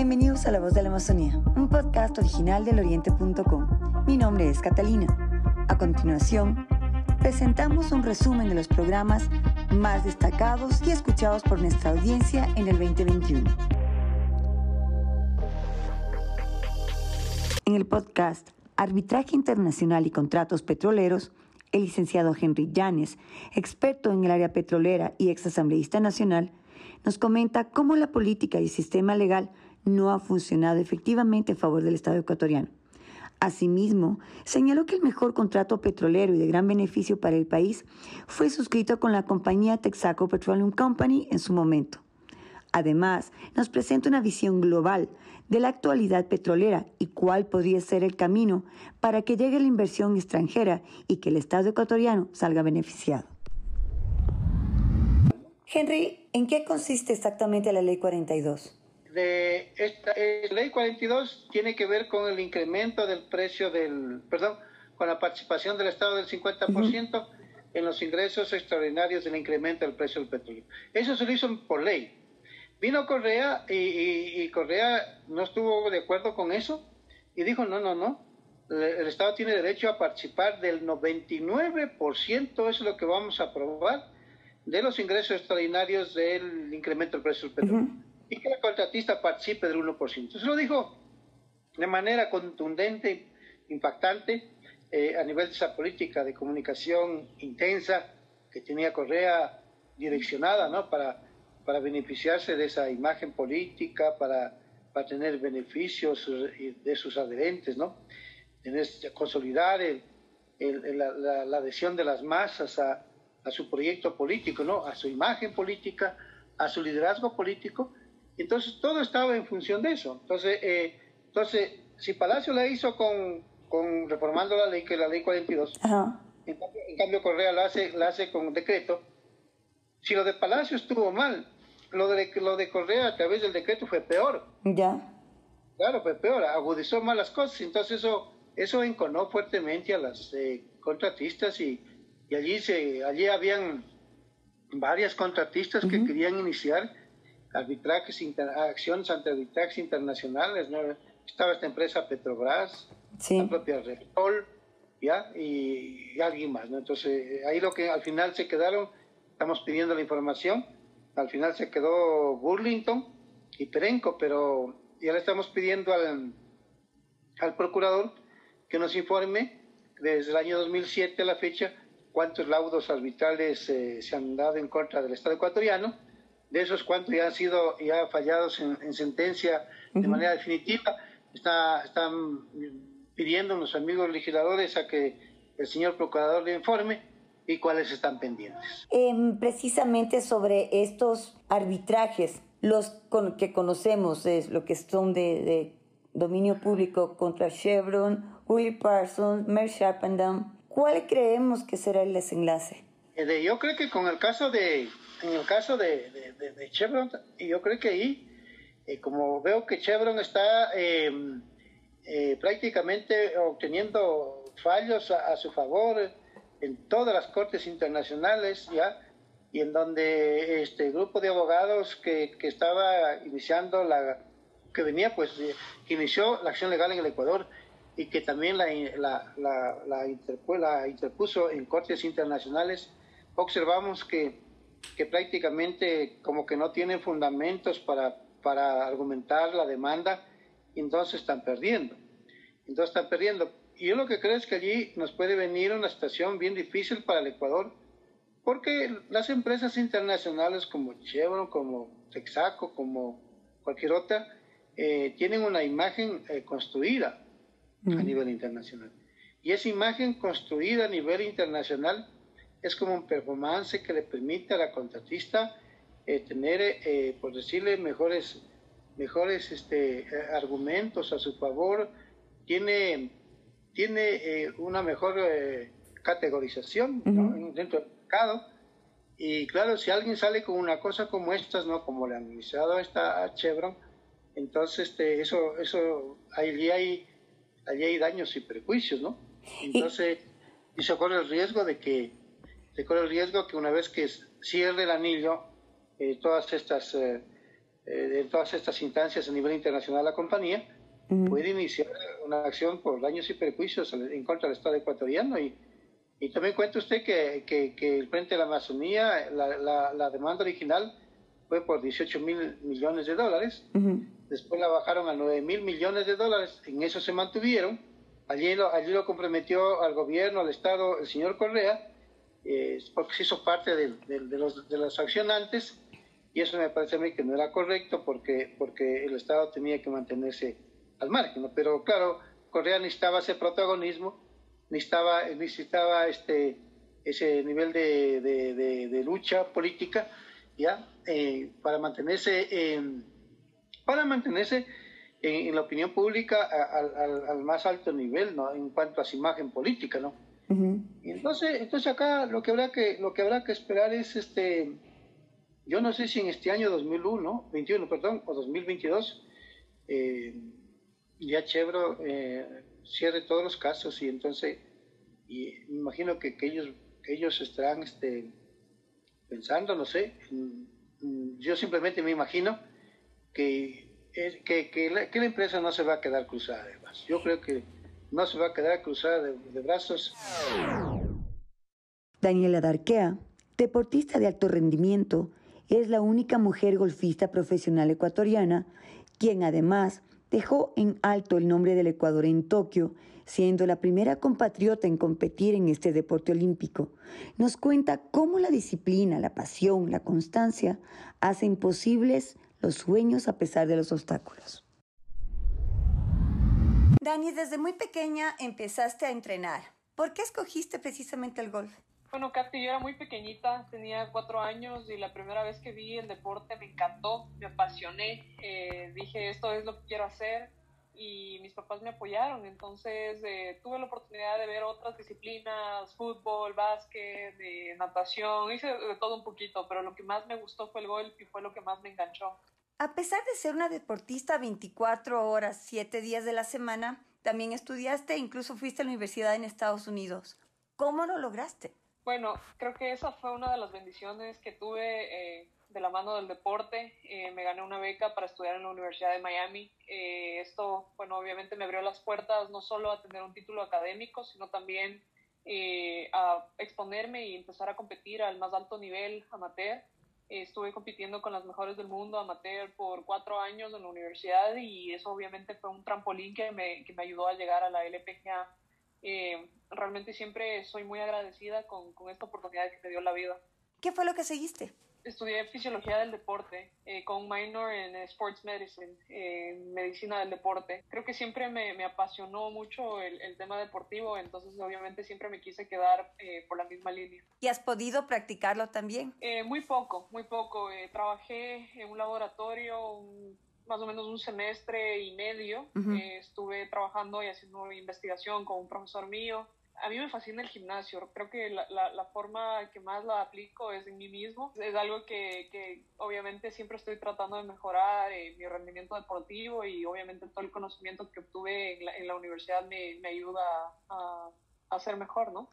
Bienvenidos a La Voz de la Amazonía, un podcast original del Oriente.com. Mi nombre es Catalina. A continuación, presentamos un resumen de los programas más destacados y escuchados por nuestra audiencia en el 2021. En el podcast Arbitraje Internacional y Contratos Petroleros, el licenciado Henry Llanes, experto en el área petrolera y exasambleísta nacional, nos comenta cómo la política y el sistema legal no ha funcionado efectivamente en favor del Estado ecuatoriano. Asimismo, señaló que el mejor contrato petrolero y de gran beneficio para el país fue suscrito con la compañía Texaco Petroleum Company en su momento. Además, nos presenta una visión global de la actualidad petrolera y cuál podría ser el camino para que llegue la inversión extranjera y que el Estado ecuatoriano salga beneficiado. Henry, ¿en qué consiste exactamente la Ley 42? La Ley 42 tiene que ver con el incremento del precio con la participación del Estado del 50% en los ingresos extraordinarios del incremento del precio del petróleo. Eso se lo hizo por ley. Vino Correa y Correa no estuvo de acuerdo con eso y dijo, no, el Estado tiene derecho a participar del 99%, eso es lo que vamos a aprobar, de los ingresos extraordinarios del incremento del precio del petróleo. Y que el contratista participe del 1%. Eso lo dijo de manera contundente, impactante, a nivel de esa política de comunicación intensa que tenía Correa direccionada, ¿no?, para beneficiarse de esa imagen política, para tener beneficios de sus adherentes, ¿no? Consolidar la adhesión de las masas a su proyecto político, ¿no?, a su imagen política, a su liderazgo político. Entonces todo estaba en función de eso. Entonces si Palacio la hizo con reformando la ley, que es la ley 42, en cambio Correa la hace con decreto. Si lo de Palacio estuvo mal, lo de Correa a través del decreto fue peor. Ya. Claro, fue peor, agudizó más las cosas. Entonces eso enconó fuertemente a las contratistas y allí habían varias contratistas que querían iniciar acciones ante arbitrajes internacionales, ¿no? Estaba esta empresa Petrobras, la propia Repsol, ¿ya? Y alguien más, ¿no? Entonces, ahí lo que al final se quedaron, estamos pidiendo la información, al final se quedó Burlington y Perenco, pero ya le estamos pidiendo al procurador que nos informe desde el año 2007 a la fecha cuántos laudos arbitrales se han dado en contra del Estado ecuatoriano. De esos cuantos ya han sido fallados en sentencia de manera definitiva. Están pidiendo los amigos legisladores a que el señor procurador le informe y cuáles están pendientes. Precisamente sobre estos arbitrajes, los que conocemos, es lo que son de dominio público contra Chevron, Willie Parsons, Merck Sharp and Down, ¿cuál creemos que será el desenlace? Yo creo que en el caso de Chevron, yo creo que ahí, como veo que Chevron está prácticamente obteniendo fallos a su favor en todas las cortes internacionales, ya, y en donde este grupo de abogados que estaba iniciando que inició la acción legal en el Ecuador y que también la interpuso en cortes internacionales, observamos que prácticamente como que no tienen fundamentos para argumentar la demanda, y entonces están perdiendo. Y yo lo que creo es que allí nos puede venir una situación bien difícil para el Ecuador, porque las empresas internacionales como Chevron, como Texaco, como cualquier otra, tienen una imagen construida a nivel internacional. Y esa imagen construida a nivel internacional es como un performance que le permite a la contratista tener, por decirle, mejores argumentos a su favor, tiene una mejor categorización, ¿no?, dentro del mercado. Y claro, si alguien sale con una cosa como estas, ¿no?, como le han iniciado a Chevron, entonces allí hay daños y perjuicios, ¿no? Entonces, y se corre el riesgo que una vez que cierre el anillo, todas estas en todas estas instancias a nivel internacional la compañía puede iniciar una acción por daños y perjuicios en contra del Estado ecuatoriano. Y también cuenta usted que el Frente de la Amazonía, la demanda original fue por 18.000 millones de dólares. Después la bajaron a 9.000 millones de dólares. En eso se mantuvieron. Allí lo comprometió al gobierno, al Estado, el señor Correa, porque se hizo parte de los accionantes. Y eso me parece a mí que no era correcto porque el Estado tenía que mantenerse al margen, ¿no? Pero claro, Correa necesitaba ese protagonismo, necesitaba ese nivel de lucha política, ¿ya? Para mantenerse en la opinión pública al más alto nivel, ¿no? En cuanto a su imagen política, ¿no? Y entonces acá lo que habrá que esperar es yo no sé si en este año 21, o 2022, ya Chevron cierre todos los casos y entonces me imagino que ellos estarán pensando, no sé, yo simplemente me imagino que la empresa no se va a quedar cruzada de brazos. Yo creo que no se va a quedar cruzada de brazos. Daniela Darquea, deportista de alto rendimiento, es la única mujer golfista profesional ecuatoriana, quien además dejó en alto el nombre del Ecuador en Tokio, siendo la primera compatriota en competir en este deporte olímpico. Nos cuenta cómo la disciplina, la pasión, la constancia hacen posibles los sueños a pesar de los obstáculos. Dani, desde muy pequeña empezaste a entrenar. ¿Por qué escogiste precisamente el golf? Bueno, Katy, yo era muy pequeñita, tenía 4 años y la primera vez que vi el deporte me encantó, me apasioné, dije esto es lo que quiero hacer y mis papás me apoyaron, entonces tuve la oportunidad de ver otras disciplinas, fútbol, básquet, natación, hice de todo un poquito, pero lo que más me gustó fue el golf y fue lo que más me enganchó. A pesar de ser una deportista 24 horas, 7 días de la semana, también estudiaste e incluso fuiste a la universidad en Estados Unidos. ¿Cómo lo lograste? Bueno, creo que esa fue una de las bendiciones que tuve de la mano del deporte. Me gané una beca para estudiar en la Universidad de Miami. Esto, bueno, obviamente me abrió las puertas no solo a tener un título académico, sino también a exponerme y empezar a competir al más alto nivel amateur. Estuve compitiendo con las mejores del mundo amateur por 4 años en la universidad y eso obviamente fue un trampolín que me ayudó a llegar a la LPGA. Realmente siempre soy muy agradecida con esta oportunidad que me dio la vida. ¿Qué fue lo que seguiste? Estudié fisiología del deporte con un minor en sports medicine, medicina del deporte. Creo que siempre me apasionó mucho el tema deportivo, entonces obviamente siempre me quise quedar por la misma línea. ¿Y has podido practicarlo también? Muy poco. Trabajé en un laboratorio más o menos un semestre y medio. Estuve trabajando y haciendo investigación con un profesor mío. A mí me fascina el gimnasio. Creo que la forma que más la aplico es en mí mismo. Es algo que obviamente siempre estoy tratando de mejorar mi rendimiento deportivo y obviamente todo el conocimiento que obtuve en la universidad me ayuda a ser mejor, ¿no?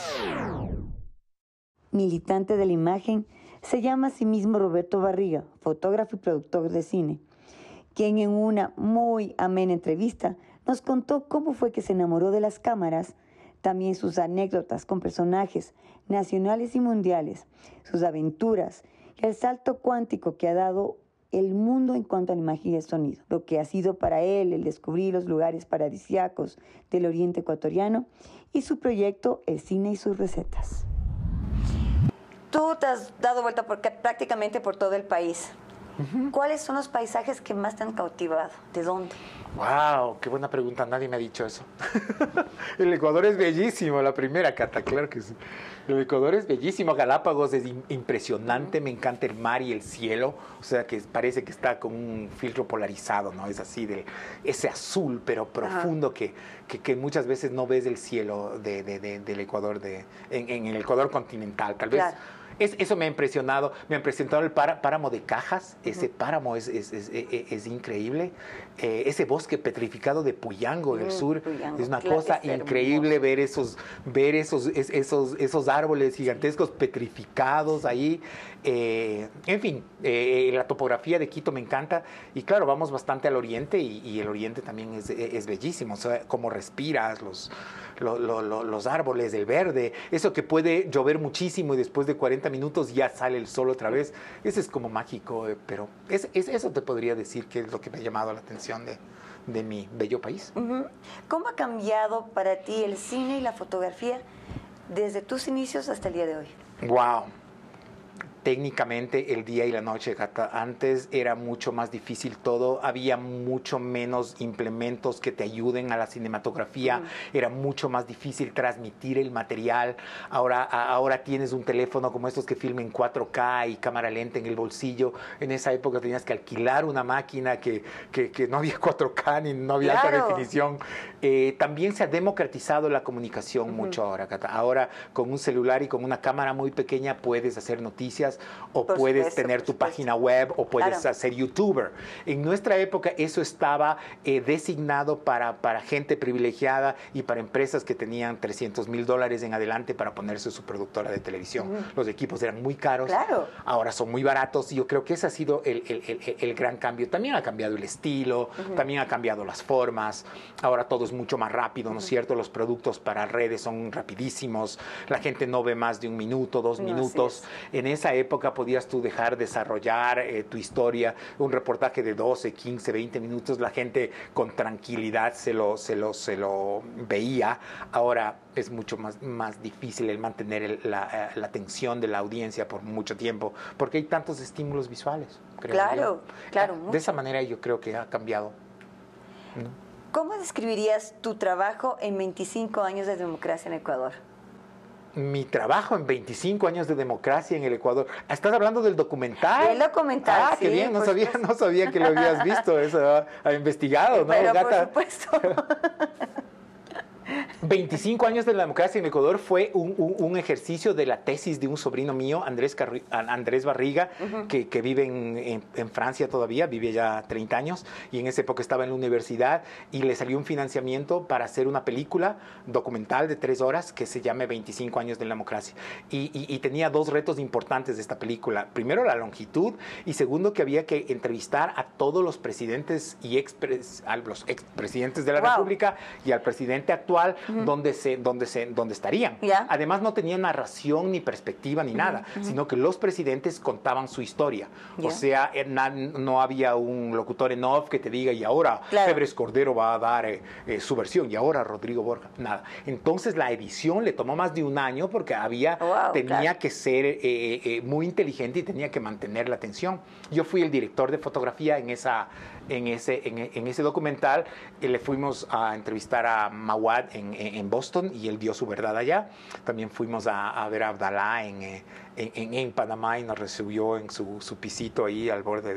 Militante de la imagen, se llama a sí mismo Roberto Barriga, fotógrafo y productor de cine, quien en una muy amena entrevista nos contó cómo fue que se enamoró de las cámaras, también sus anécdotas con personajes nacionales y mundiales, sus aventuras y el salto cuántico que ha dado el mundo en cuanto a la imagen y el sonido, lo que ha sido para él el descubrir los lugares paradisíacos del oriente ecuatoriano y su proyecto El Cine y sus Recetas. Tú te has dado vuelta prácticamente por todo el país. ¿Cuáles son los paisajes que más te han cautivado? ¿De dónde? ¡Wow! ¡Qué buena pregunta! Nadie me ha dicho eso. El Ecuador es bellísimo, la primera, Cata, claro que sí. El Ecuador es bellísimo, Galápagos es impresionante, me encanta el mar y el cielo, o sea que parece que está con un filtro polarizado, ¿no? Es así, ese azul pero profundo que muchas veces no ves del cielo del Ecuador, en el Ecuador continental. Tal vez Eso me ha impresionado. Me ha impresionado el páramo de Cajas. Ese páramo es increíble. Ese bosque petrificado de Puyango del sur. Puyango. Es una cosa increíble ver esos árboles gigantescos petrificados ahí. En fin, la topografía de Quito me encanta. Y claro, vamos bastante al oriente y el oriente también es bellísimo. O sea, cómo respiras, los árboles, el verde, eso que puede llover muchísimo y después de 40 minutos ya sale el sol otra vez. Eso es como mágico, pero eso te podría decir que es lo que me ha llamado la atención de mi bello país. ¿Cómo ha cambiado para ti el cine y la fotografía desde tus inicios hasta el día de hoy? Wow. Técnicamente el día y la noche, Cata. Antes era mucho más difícil todo, había mucho menos implementos que te ayuden a la cinematografía, era mucho más difícil transmitir el material. Ahora tienes un teléfono como estos que filman en 4K y cámara lenta en el bolsillo. En esa época tenías que alquilar una máquina que no había 4K ni no había alta definición. También se ha democratizado la comunicación mucho ahora, Cata. Ahora con un celular y con una cámara muy pequeña puedes hacer noticias, o puedes tener tu página web, o puedes ser youtuber. En nuestra época eso estaba designado para gente privilegiada y para empresas que tenían $300,000 en adelante para ponerse su productora de televisión. Los equipos eran muy caros, ahora son muy baratos, y yo creo que ese ha sido el gran cambio. También ha cambiado el estilo, también ha cambiado las formas, ahora todo es mucho más rápido, ¿no es cierto? Los productos para redes son rapidísimos, la gente no ve más de 1 minuto, 2 minutos. En esa época podías tú dejar desarrollar tu historia, un reportaje de 12, 15, 20 minutos, la gente con tranquilidad se lo veía. Ahora es mucho más difícil el mantener la atención de la audiencia por mucho tiempo, porque hay tantos estímulos visuales. Claro. De esa manera yo creo que ha cambiado, ¿no? ¿Cómo describirías tu trabajo en 25 años de democracia en Ecuador? Mi trabajo en 25 años de democracia en el Ecuador. ¿Estás hablando del documental? Del documental, sí. Qué bien, no sabía que lo habías visto, eso, ha investigado, ¿no, pero Gata? Por supuesto. 25 años de la democracia en Ecuador fue un ejercicio de la tesis de un sobrino mío, Andrés Barriga, que vive en Francia todavía, vive ya 30 años, y en esa época estaba en la universidad, y le salió un financiamiento para hacer una película documental de 3 horas que se llame 25 años de la democracia. Y tenía 2 retos importantes de esta película. Primero, la longitud, y segundo, que había que entrevistar a todos los presidentes y a los expresidentes de la República y al presidente actual, donde estarían. Además, no tenía narración ni perspectiva ni nada, sino que los presidentes contaban su historia. O sea, no había un locutor en off que te diga, y ahora Febres Cordero va a dar su versión, y ahora Rodrigo Borja. Nada. Entonces, la edición le tomó más de 1 año porque tenía que ser muy inteligente y tenía que mantener la atención. Yo fui el director de fotografía en ese documental. Le fuimos a entrevistar a Mawad en Boston, y él dio su verdad allá. También fuimos a ver a Abdalá en Panamá, y nos recibió en su pisito ahí al borde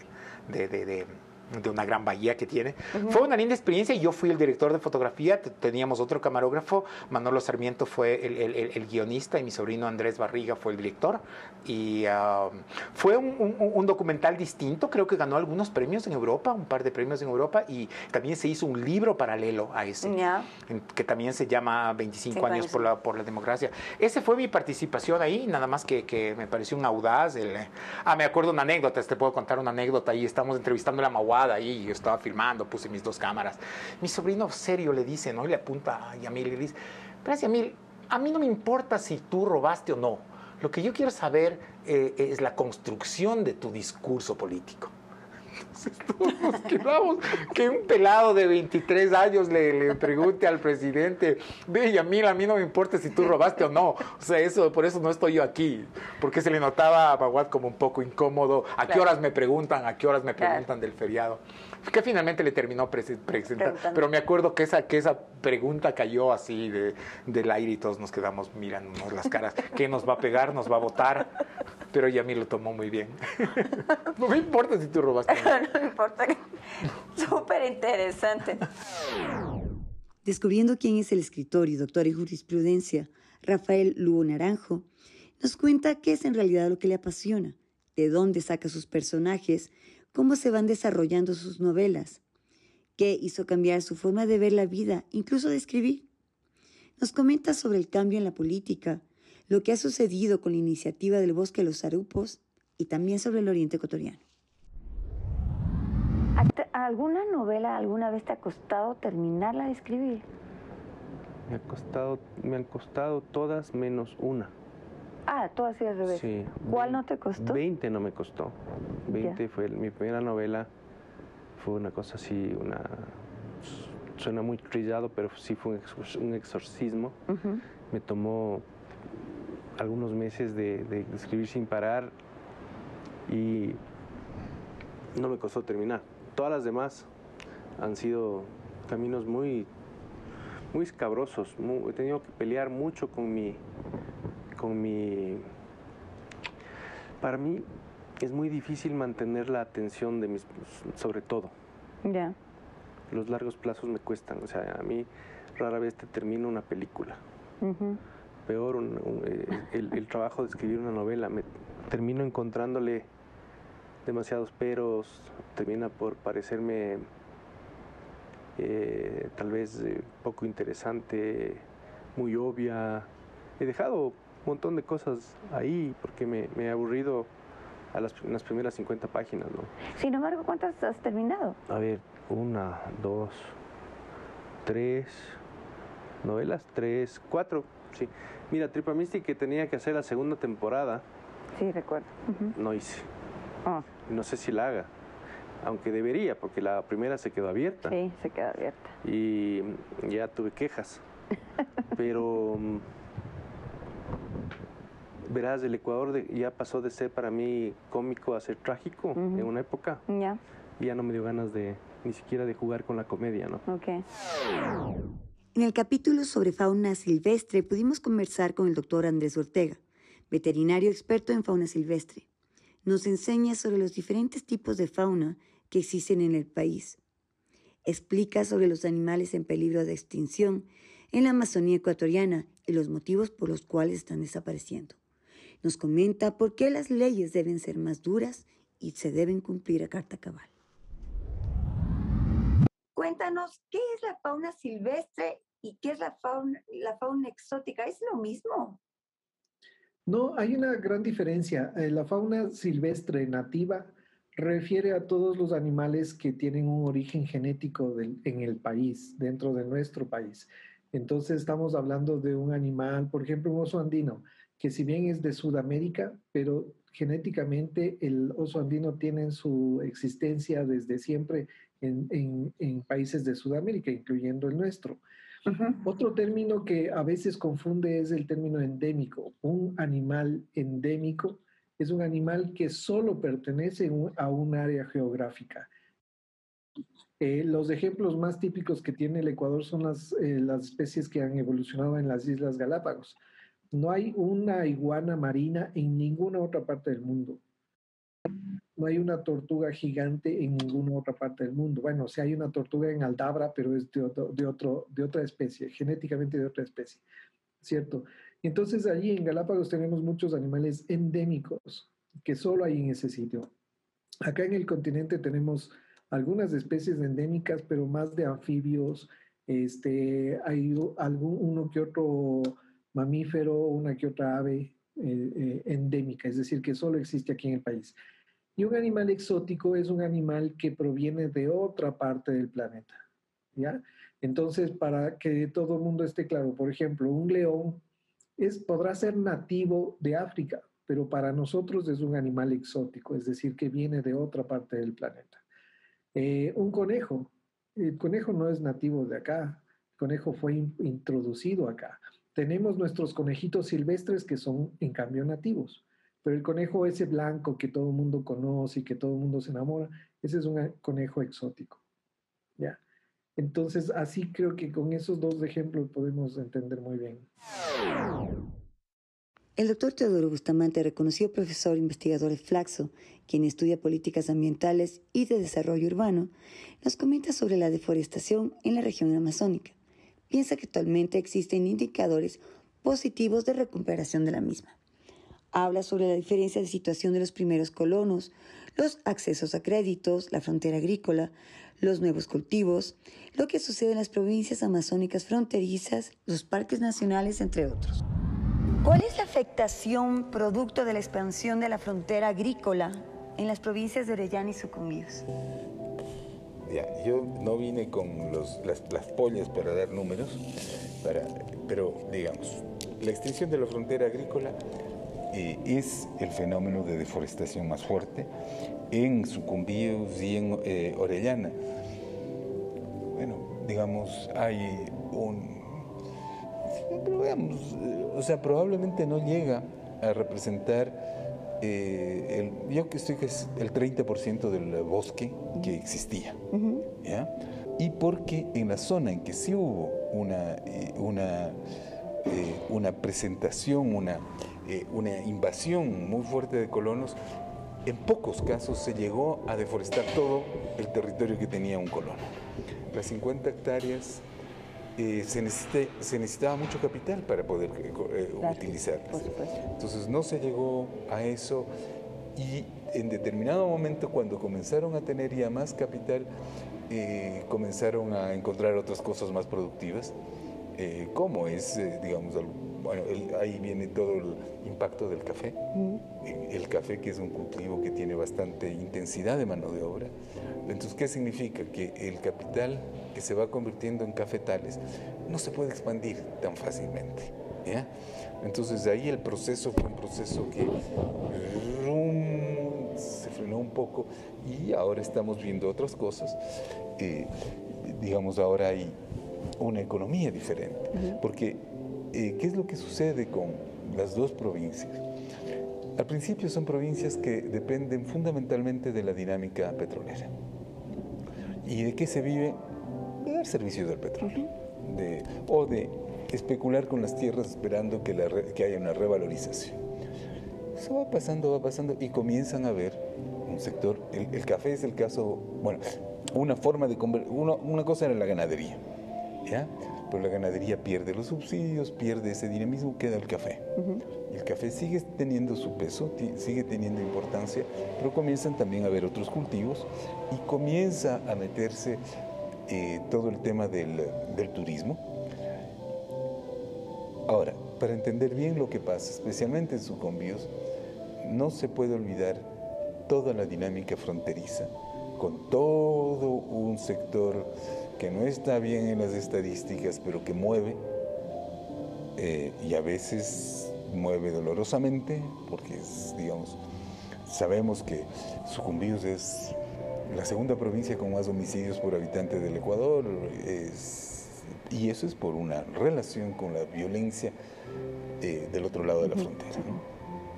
de una gran bahía que tiene. Fue una linda experiencia, y yo fui el director de fotografía. Teníamos otro camarógrafo, Manolo Sarmiento fue el guionista, y mi sobrino Andrés Barriga fue el director. Y fue un documental distinto. Creo que ganó algunos premios en Europa, un par de premios en Europa, y también se hizo un libro paralelo a ese, que también se llama 25 años por la democracia. Ese fue mi participación ahí, nada más que me pareció un audaz. Me acuerdo una anécdota, te puedo contar una anécdota. Ahí estamos entrevistando a la Mawad ahí, yo estaba filmando, puse mis 2 cámaras. Mi sobrino serio le dice, ¿no? Y le apunta a Yamil y le dice, pero Yamil, a mí no me importa si tú robaste o no. Lo que yo quiero saber es la construcción de tu discurso político. Entonces todos nos quedamos, que un pelado de 23 años le pregunte al presidente, ve, Yamil, a mí no me importa si tú robaste o no. O sea, por eso no estoy yo aquí, porque se le notaba a Mawad como un poco incómodo. ¿A qué horas me preguntan? ¿A qué horas me preguntan del feriado? Que finalmente le terminó presentando. Pero me acuerdo que esa pregunta cayó así del aire, y todos nos quedamos mirándonos las caras. ¿Qué nos va a pegar? ¿Nos va a botar? Pero Yamil lo tomó muy bien. No me importa si tú robaste. No me importa. Súper interesante. Descubriendo quién es el escritor y doctor en jurisprudencia, Rafael Lugo Naranjo, Nos cuenta qué es en realidad lo que le apasiona, de dónde saca sus personajes, cómo se van desarrollando sus novelas, qué hizo cambiar su forma de ver la vida, incluso de escribir. Nos comenta sobre el cambio en la política, lo que ha sucedido con la iniciativa del Bosque de los Sarupos y también sobre el Oriente Ecuatoriano. ¿Alguna novela alguna vez te ha costado terminarla de escribir? Me han costado todas menos una. Ah, todo así al revés. Sí. ¿Cuál no te costó? 20 no me costó. 20 fue mi primera novela. Fue una cosa así, suena muy trillado, pero sí fue un exorcismo. Me tomó algunos meses de escribir sin parar y no me costó terminar. Todas las demás han sido caminos muy escabrosos. He tenido que pelear mucho con mi... Para mí es muy difícil mantener la atención de sobre todo. Ya. Los largos plazos me cuestan. O sea, a mí rara vez te termino una película. Peor, el trabajo de escribir una novela. Me termino encontrándole demasiados peros. Termina por parecerme tal vez poco interesante, muy obvia. He dejado un montón de cosas ahí porque me he aburrido en las primeras 50 páginas, ¿no? Sin embargo, ¿cuántas has terminado? A ver, 1, 2, 3 novelas, 3, 4, sí. Mira, Tripamiste, que tenía que hacer la segunda temporada. Sí, recuerdo. No hice. No sé si la haga, aunque debería, porque la primera se quedó abierta. Sí, se quedó abierta. Y ya tuve quejas. Pero verás, el Ecuador ya pasó de ser para mí cómico a ser trágico en una época. Ya. Y ya no me dio ganas ni siquiera de jugar con la comedia, ¿no? Ok. En el capítulo sobre fauna silvestre pudimos conversar con el doctor Andrés Ortega, veterinario experto en fauna silvestre. Nos enseña sobre los diferentes tipos de fauna que existen en el país. Explica sobre los animales en peligro de extinción en la Amazonía ecuatoriana y los motivos por los cuales están desapareciendo. Nos comenta por qué las leyes deben ser más duras y se deben cumplir a carta cabal. Cuéntanos, ¿qué es la fauna silvestre y qué es la fauna exótica? ¿Es lo mismo? No, hay una gran diferencia. La fauna silvestre nativa refiere a todos los animales que tienen un origen genético en el país, dentro de nuestro país. Entonces estamos hablando de un animal, por ejemplo, un oso andino, que si bien es de Sudamérica, pero genéticamente el oso andino tiene su existencia desde siempre en países de Sudamérica, incluyendo el nuestro. Otro término que a veces confunde es el término endémico. Un animal endémico es un animal que solo pertenece a un área geográfica. Los ejemplos más típicos que tiene el Ecuador son las especies que han evolucionado en las Islas Galápagos. No hay una iguana marina en ninguna otra parte del mundo. No hay una tortuga gigante en ninguna otra parte del mundo. Bueno, sí hay una tortuga en Aldabra, pero es de otra especie, genéticamente de otra especie, ¿cierto? Entonces allí en Galápagos tenemos muchos animales endémicos que solo hay en ese sitio. Acá en el continente tenemos algunas especies endémicas, pero más de anfibios. Hay uno que otro mamífero, una que otra ave endémica, es decir, que solo existe aquí en el país. Y un animal exótico es un animal que proviene de otra parte del planeta, ¿ya? Entonces, para que todo el mundo esté claro, por ejemplo, un león podrá ser nativo de África, pero para nosotros es un animal exótico, es decir, que viene de otra parte del planeta. Un conejo, el conejo no es nativo de acá, el conejo fue introducido acá. Tenemos nuestros conejitos silvestres que son, en cambio, nativos. Pero el conejo ese blanco que todo el mundo conoce y que todo el mundo se enamora, ese es un conejo exótico, ¿ya? Entonces, así creo que con esos dos ejemplos podemos entender muy bien. El doctor Teodoro Bustamante, reconocido profesor investigador de Flaxo, quien estudia políticas ambientales y de desarrollo urbano, nos comenta sobre la deforestación en la región amazónica. Piensa que actualmente existen indicadores positivos de recuperación de la misma. Habla sobre la diferencia de situación de los primeros colonos, los accesos a créditos, la frontera agrícola, los nuevos cultivos, lo que sucede en las provincias amazónicas fronterizas, los parques nacionales, entre otros. ¿Cuál es la afectación producto de la expansión de la frontera agrícola en las provincias de Orellana y Sucumbíos? Ya, yo no vine con las pollas para dar números, pero digamos, la extensión de la frontera agrícola es el fenómeno de deforestación más fuerte en Sucumbíos y en Orellana. Bueno, digamos, hay pero digamos, o sea, probablemente no llega a representar yo que estoy que es el 30% del bosque que existía, ¿ya? Y porque en la zona en que sí hubo una presentación, una invasión muy fuerte de colonos, en pocos casos se llegó a deforestar todo el territorio que tenía un colono. Las 50 hectáreas se necesitaba mucho capital para poder utilizarlas. Entonces no se llegó a eso y en determinado momento cuando comenzaron a tener ya más capital, comenzaron a encontrar otras cosas más productivas, como es, digamos, bueno, ahí viene todo el impacto del café. El café, que es un cultivo que tiene bastante intensidad de mano de obra. Entonces, ¿qué significa? Que el capital que se va convirtiendo en cafetales no se puede expandir tan fácilmente, ¿ya? Entonces, de ahí el proceso fue un proceso que se frenó un poco y ahora estamos viendo otras cosas. Digamos, ahora hay una economía diferente, porque ¿qué es lo que sucede con las dos provincias? Al principio son provincias que dependen fundamentalmente de la dinámica petrolera. ¿Y de qué se vive? De dar servicio del petróleo, o de especular con las tierras esperando que haya una revalorización. Eso va pasando y comienzan a ver un sector, el café es el caso, bueno, una forma de una cosa era la ganadería, ¿ya? Pero la ganadería pierde los subsidios, pierde ese dinamismo, queda el café. Y el café sigue teniendo su peso, sigue teniendo importancia, pero comienzan también a haber otros cultivos y comienza a meterse todo el tema del turismo. Ahora, para entender bien lo que pasa, especialmente en Sucumbíos, no se puede olvidar toda la dinámica fronteriza, con todo un sector que no está bien en las estadísticas, pero que mueve, y a veces mueve dolorosamente, porque digamos, sabemos que Sucumbíos es la segunda provincia con más homicidios por habitante del Ecuador, y eso es por una relación con la violencia del otro lado de la frontera, ¿no?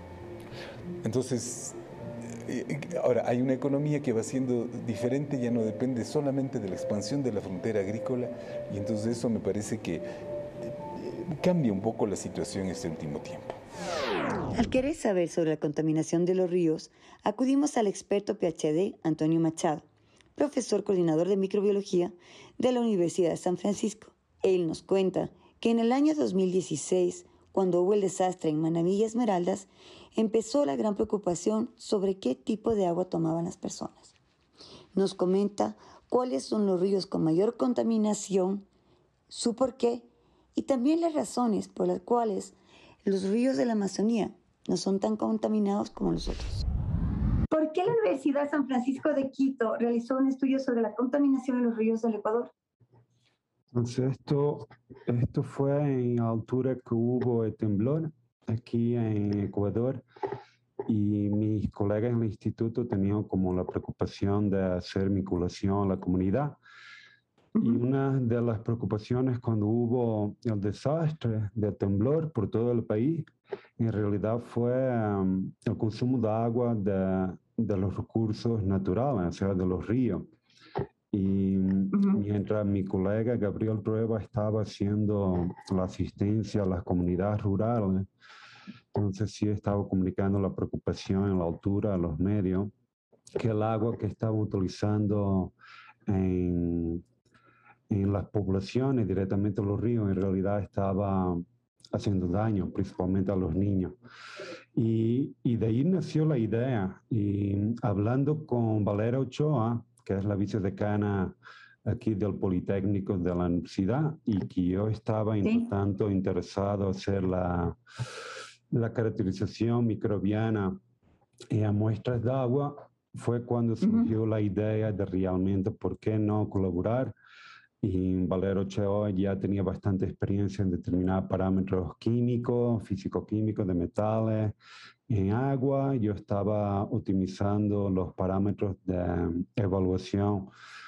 Entonces, ahora hay una economía que va siendo diferente, ya no depende solamente de la expansión de la frontera agrícola, y entonces eso me parece que cambia un poco la situación este último tiempo. Al querer saber sobre la contaminación de los ríos, acudimos al experto PhD Antonio Machado, profesor coordinador de microbiología de la Universidad de San Francisco. Él nos cuenta que en el año 2016, cuando hubo el desastre en Manabí y Esmeraldas, empezó la gran preocupación sobre qué tipo de agua tomaban las personas. Nos comenta cuáles son los ríos con mayor contaminación, su porqué y también las razones por las cuales los ríos de la Amazonía no son tan contaminados como los otros. ¿Por qué la Universidad San Francisco de Quito realizó un estudio sobre la contaminación de los ríos del Ecuador? Entonces esto fue en la altura que hubo el temblor aquí en Ecuador y mis colegas en el instituto tenían como la preocupación de hacer vinculación a la comunidad. Y una de las preocupaciones cuando hubo el desastre de temblor por todo el país, en realidad fue el consumo de agua de los recursos naturales, o sea, de los ríos. Y mientras mi colega Gabriel Prueba estaba haciendo la asistencia a las comunidades rurales, entonces sí estaba comunicando la preocupación en la altura a los medios, que el agua que estaban utilizando en las poblaciones, directamente en los ríos, en realidad estaba haciendo daño, principalmente a los niños. Y de ahí nació la idea. Y hablando con Valera Ochoa, que es la vicedecana aquí del Politécnico de la Universidad, y que yo estaba, entre tanto, interesado en hacer la caracterización microbiana a muestras de agua, fue cuando surgió la idea de realmente por qué no colaborar. Y Valera Ochoa ya tenía bastante experiencia en determinar parámetros químicos, físico-químicos de metales en agua. Yo estaba optimizando los parámetros de evaluación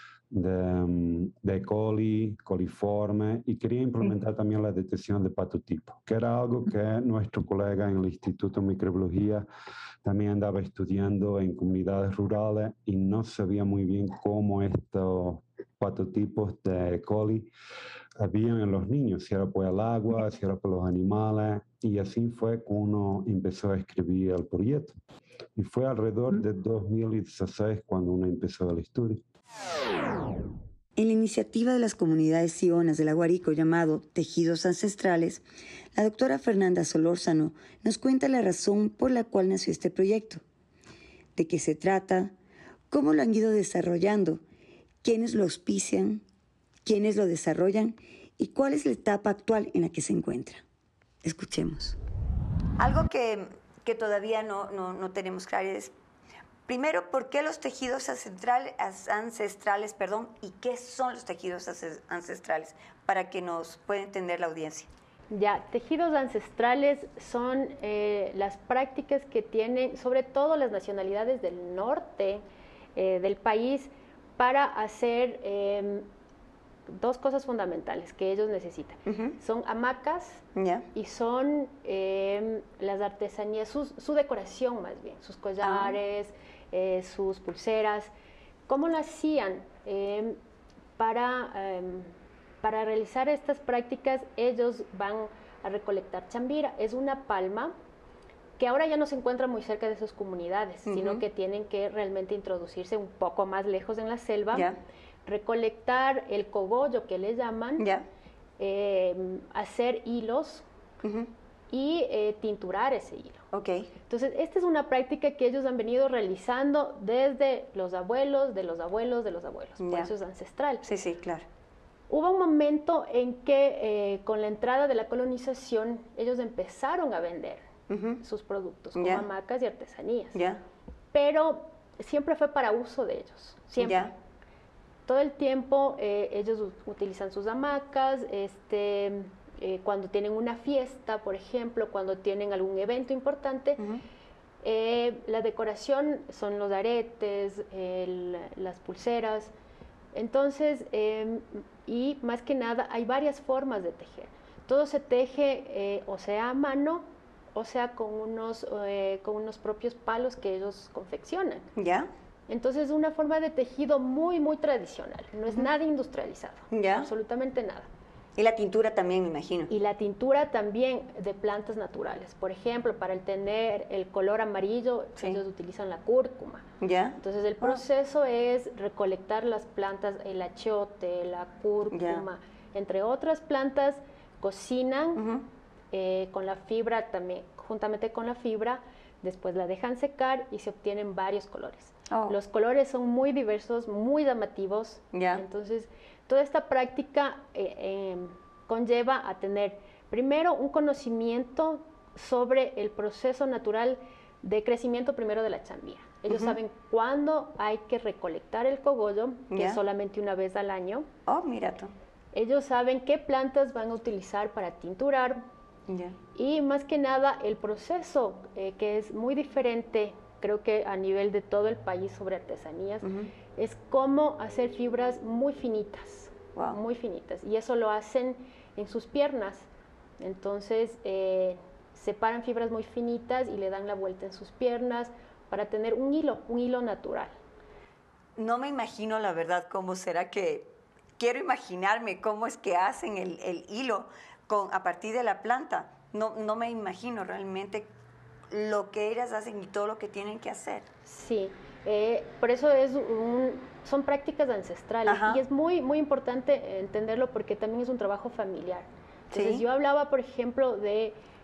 de E. coli, coliforme, y quería implementar también la detección de patotipos, que era algo que nuestro colega en el Instituto de Microbiología también andaba estudiando en comunidades rurales y no sabía muy bien cómo estos patotipos de E. coli habían en los niños, si era por el agua, si era por los animales, y así fue que uno empezó a escribir el proyecto. Y fue alrededor de 2016 cuando uno empezó el estudio. En la iniciativa de las comunidades sionas del Aguarico llamado Tejidos Ancestrales, la doctora Fernanda Solórzano nos cuenta la razón por la cual nació este proyecto, de qué se trata, cómo lo han ido desarrollando, quiénes lo auspician, quiénes lo desarrollan y cuál es la etapa actual en la que se encuentra. Escuchemos. Algo que todavía no tenemos claro es, primero, ¿por qué los tejidos ancestrales, y qué son los tejidos ancestrales? Para que nos pueda entender la audiencia. Ya, tejidos ancestrales son las prácticas que tienen, sobre todo las nacionalidades del norte del país, para hacer dos cosas fundamentales que ellos necesitan. Son hamacas y son las artesanías, su decoración más bien, sus collares, sus pulseras. ¿Cómo lo hacían? Para realizar estas prácticas ellos van a recolectar chambira. Es una palma que ahora ya no se encuentra muy cerca de sus comunidades, sino que tienen que realmente introducirse un poco más lejos en la selva, recolectar el cogollo que le llaman, hacer hilos y tinturar ese hilo. Entonces, esta es una práctica que ellos han venido realizando desde los abuelos, de los abuelos, de los abuelos. Por eso es ancestral. Sí, claro. Hubo un momento en que con la entrada de la colonización ellos empezaron a vender sus productos como hamacas y artesanías. Pero siempre fue para uso de ellos. Siempre. Todo el tiempo ellos utilizan sus hamacas, cuando tienen una fiesta, por ejemplo, cuando tienen algún evento importante, la decoración son los aretes, las pulseras. Entonces, y más que nada, hay varias formas de tejer. Todo se teje o sea a mano, o sea con unos propios palos que ellos confeccionan. Entonces, es una forma de tejido muy, muy tradicional. No es nada industrializado, absolutamente nada. Y la tintura también, me imagino. Y la tintura también de plantas naturales. Por ejemplo, para tener el color amarillo, ellos utilizan la cúrcuma. Entonces, el proceso es recolectar las plantas, el achiote, la cúrcuma, entre otras plantas, cocinan con la fibra también, juntamente con la fibra, después la dejan secar y se obtienen varios colores. Los colores son muy diversos, muy llamativos. Entonces, toda esta práctica conlleva a tener, primero, un conocimiento sobre el proceso natural de crecimiento primero de la chambira. Ellos saben cuándo hay que recolectar el cogollo, que es solamente una vez al año. Mira tú. Ellos saben qué plantas van a utilizar para tinturar. Y más que nada, el proceso, que es muy diferente, creo que a nivel de todo el país sobre artesanías, es cómo hacer fibras muy finitas, muy finitas. Y eso lo hacen en sus piernas. Entonces, separan fibras muy finitas y le dan la vuelta en sus piernas para tener un hilo natural. No me imagino, la verdad, cómo será que... Quiero imaginarme cómo es que hacen el hilo a partir de la planta. No me imagino realmente lo que ellas hacen y todo lo que tienen que hacer. Sí, por eso son prácticas ancestrales. Y es muy, muy importante entenderlo porque también es un trabajo familiar. Entonces, yo hablaba, por ejemplo, de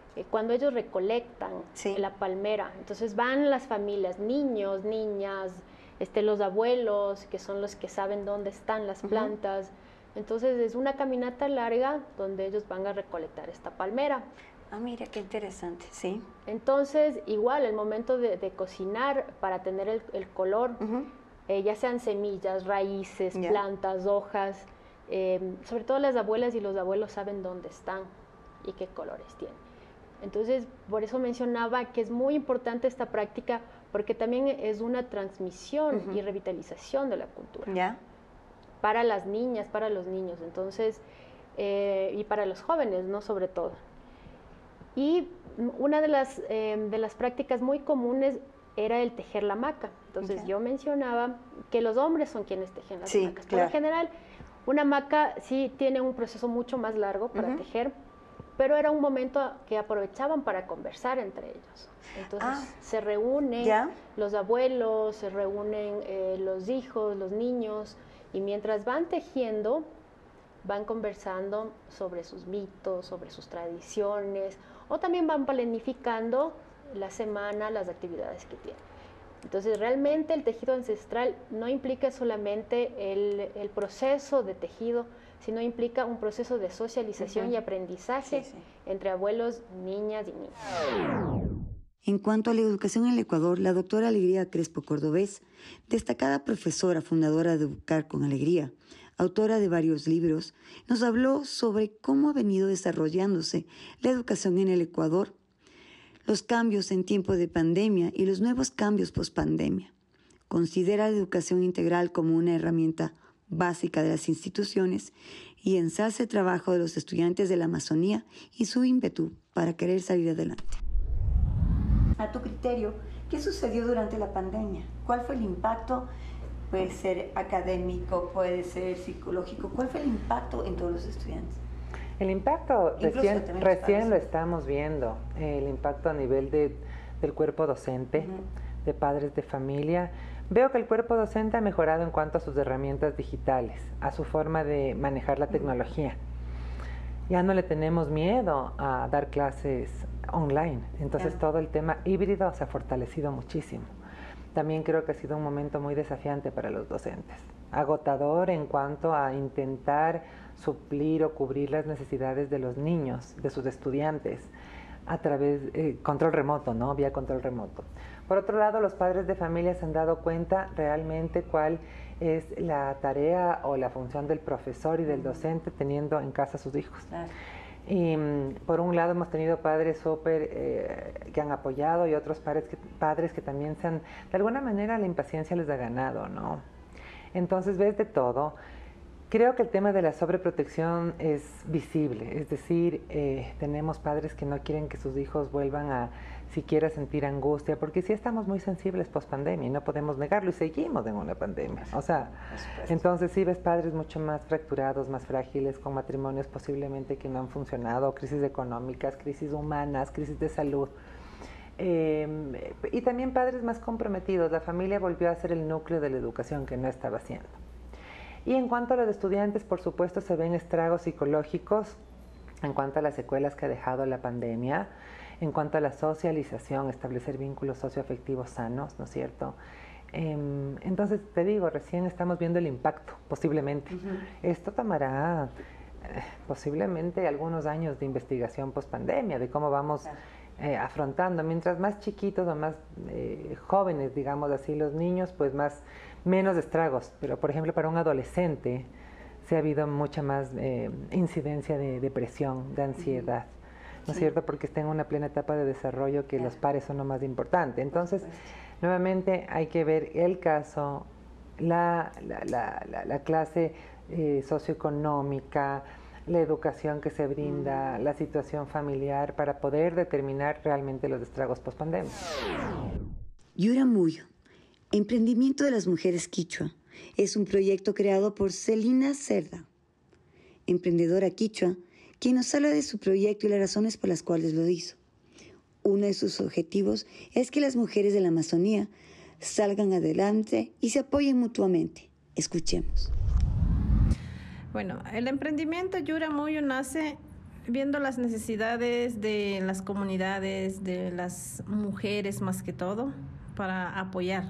cuando ellos recolectan la palmera, entonces van las familias, niños, niñas, los abuelos, que son los que saben dónde están las plantas. Entonces es una caminata larga donde ellos van a recolectar esta palmera. Ah, mira, qué interesante, sí. Entonces, igual, el momento de cocinar, para tener el color, ya sean semillas, raíces, plantas, hojas, sobre todo las abuelas y los abuelos saben dónde están y qué colores tienen. Entonces, por eso mencionaba que es muy importante esta práctica, porque también es una transmisión y revitalización de la cultura. Para las niñas, para los niños, entonces, y para los jóvenes, ¿no? Sobre todo. Y una de las prácticas muy comunes era el tejer la hamaca. Entonces, yo mencionaba que los hombres son quienes tejen las hamacas. Por lo general, una hamaca sí tiene un proceso mucho más largo para tejer, pero era un momento que aprovechaban para conversar entre ellos. Entonces se reúnen los abuelos, se reúnen los hijos, los niños, y mientras van tejiendo, van conversando sobre sus mitos, sobre sus tradiciones, o también van planificando la semana, las actividades que tienen. Entonces, realmente el tejido ancestral no implica solamente el proceso de tejido, sino implica un proceso de socialización y aprendizaje entre abuelos, niñas y niños. En cuanto a la educación en el Ecuador, la doctora Alegría Crespo Cordobés, destacada profesora fundadora de Educar con Alegría, autora de varios libros, nos habló sobre cómo ha venido desarrollándose la educación en el Ecuador, los cambios en tiempo de pandemia y los nuevos cambios post-pandemia. Considera la educación integral como una herramienta básica de las instituciones y ensalza el trabajo de los estudiantes de la Amazonía y su ímpetu para querer salir adelante. A tu criterio, ¿qué sucedió durante la pandemia? ¿Cuál fue el impacto? Puede ser académico, puede ser psicológico. ¿Cuál fue el impacto en todos los estudiantes? El impacto recién lo estamos viendo, el impacto a nivel del cuerpo docente, de padres de familia. Veo que el cuerpo docente ha mejorado en cuanto a sus herramientas digitales, a su forma de manejar la tecnología. Ya no le tenemos miedo a dar clases online, entonces todo el tema híbrido se ha fortalecido muchísimo. También creo que ha sido un momento muy desafiante para los docentes, agotador en cuanto a intentar suplir o cubrir las necesidades de los niños, de sus estudiantes, a través de control remoto, ¿no? Vía control remoto. Por otro lado, los padres de familia se han dado cuenta realmente cuál es la tarea o la función del profesor y del docente teniendo en casa a sus hijos. Y por un lado hemos tenido padres súper que han apoyado y otros padres que también se han, de alguna manera la impaciencia les ha ganado, ¿no? Entonces ves de todo. Creo que el tema de la sobreprotección es visible, es decir, tenemos padres que no quieren que sus hijos vuelvan a siquiera sentir angustia, porque sí estamos muy sensibles post-pandemia y no podemos negarlo y seguimos en una pandemia. O sea, entonces sí ves padres mucho más fracturados, más frágiles, con matrimonios posiblemente que no han funcionado, crisis económicas, crisis humanas, crisis de salud. Y también padres más comprometidos. La familia volvió a ser el núcleo de la educación que no estaba haciendo. Y en cuanto a los estudiantes, por supuesto, se ven estragos psicológicos en cuanto a las secuelas que ha dejado la pandemia, en cuanto a la socialización, establecer vínculos socioafectivos sanos, ¿no es cierto? Entonces, te digo, recién estamos viendo el impacto, posiblemente. Esto tomará posiblemente algunos años de investigación post-pandemia, de cómo vamos afrontando. Mientras más chiquitos o más jóvenes, digamos así, los niños, pues menos estragos. Pero, por ejemplo, para un adolescente sí ha habido mucha más incidencia de depresión, de ansiedad, ¿no es cierto? Porque está en una plena etapa de desarrollo que los pares son lo más importante. Entonces, nuevamente hay que ver el caso, la clase socioeconómica, la educación que se brinda, la situación familiar para poder determinar realmente los estragos post-pandemia. Yura Muyo, Emprendimiento de las Mujeres Quichua, es un proyecto creado por Celina Cerda, emprendedora quichua, quien nos habla de su proyecto y las razones por las cuales lo hizo. Uno de sus objetivos es que las mujeres de la Amazonía salgan adelante y se apoyen mutuamente. Escuchemos. Bueno, el emprendimiento Yura Muyo nace viendo las necesidades de las comunidades, de las mujeres más que todo, para apoyar.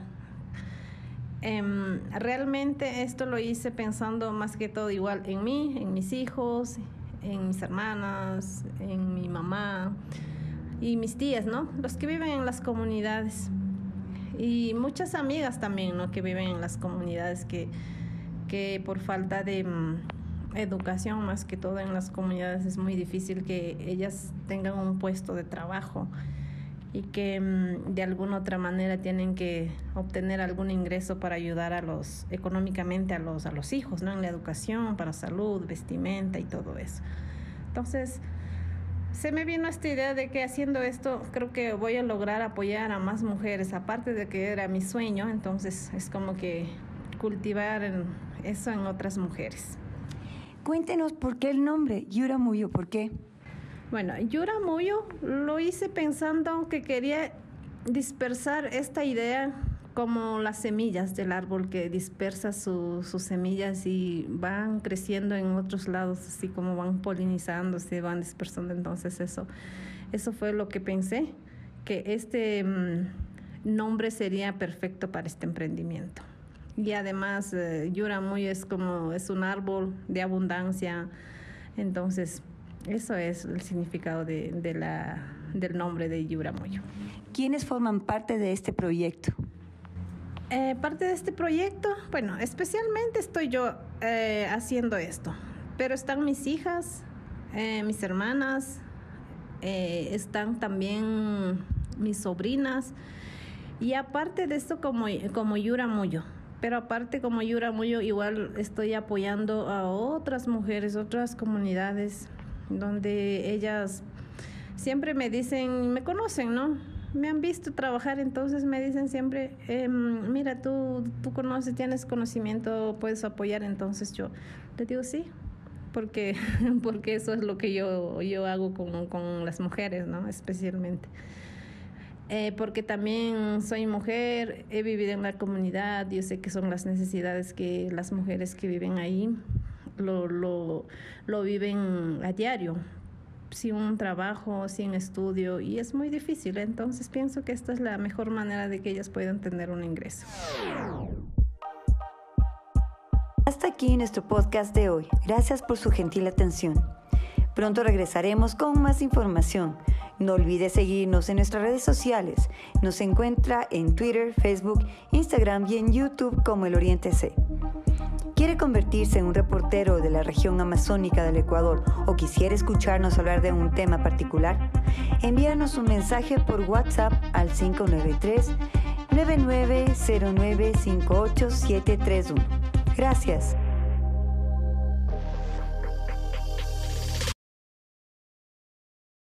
Realmente esto lo hice pensando más que todo igual en mí, en mis hijos, en mis hermanas, en mi mamá y mis tías, ¿no? Los que viven en las comunidades. Y muchas amigas también, ¿no? Que viven en las comunidades que por falta de educación, más que todo en las comunidades, es muy difícil que ellas tengan un puesto de trabajo y que de alguna otra manera tienen que obtener algún ingreso para ayudar económicamente a los hijos, ¿no? En la educación, para salud, vestimenta y todo eso. Entonces, se me vino esta idea de que haciendo esto creo que voy a lograr apoyar a más mujeres, aparte de que era mi sueño, entonces es como que cultivar eso en otras mujeres. Cuéntenos por qué el nombre, Yuramuyo, ¿por qué? Bueno, Yuramuyo lo hice pensando que quería dispersar esta idea como las semillas del árbol que dispersa sus semillas y van creciendo en otros lados, así como van polinizándose, van dispersando. Entonces eso fue lo que pensé, que este nombre sería perfecto para este emprendimiento. Y además Yuramuyo es un árbol de abundancia, entonces eso es el significado del nombre de Yuramuyo. ¿Quiénes forman parte de este proyecto? Parte de este proyecto, bueno, especialmente estoy yo haciendo esto, pero están mis hijas, mis hermanas, están también mis sobrinas, y aparte de esto como Yuramuyo. Pero aparte como Yuramuyo igual estoy apoyando a otras mujeres, otras comunidades, donde ellas siempre me dicen, me conocen, ¿no? Me han visto trabajar, entonces me dicen siempre, mira, tú conoces, tienes conocimiento, puedes apoyar. Entonces yo les digo sí, porque eso es lo que yo hago con las mujeres, ¿no? Especialmente. Porque también soy mujer, he vivido en la comunidad, yo sé que son las necesidades que las mujeres que viven ahí lo viven a diario, sin un trabajo, sin estudio, y es muy difícil. Entonces pienso que esta es la mejor manera de que ellas puedan tener un ingreso. Hasta aquí nuestro podcast de hoy. Gracias por su gentil atención. Pronto regresaremos con más información. No olvide seguirnos en nuestras redes sociales. Nos encuentra en Twitter, Facebook, Instagram y en YouTube como El Oriente C. ¿Quiere convertirse en un reportero de la región amazónica del Ecuador o quisiera escucharnos hablar de un tema particular? Envíanos un mensaje por WhatsApp al 593-9909-58731. Gracias.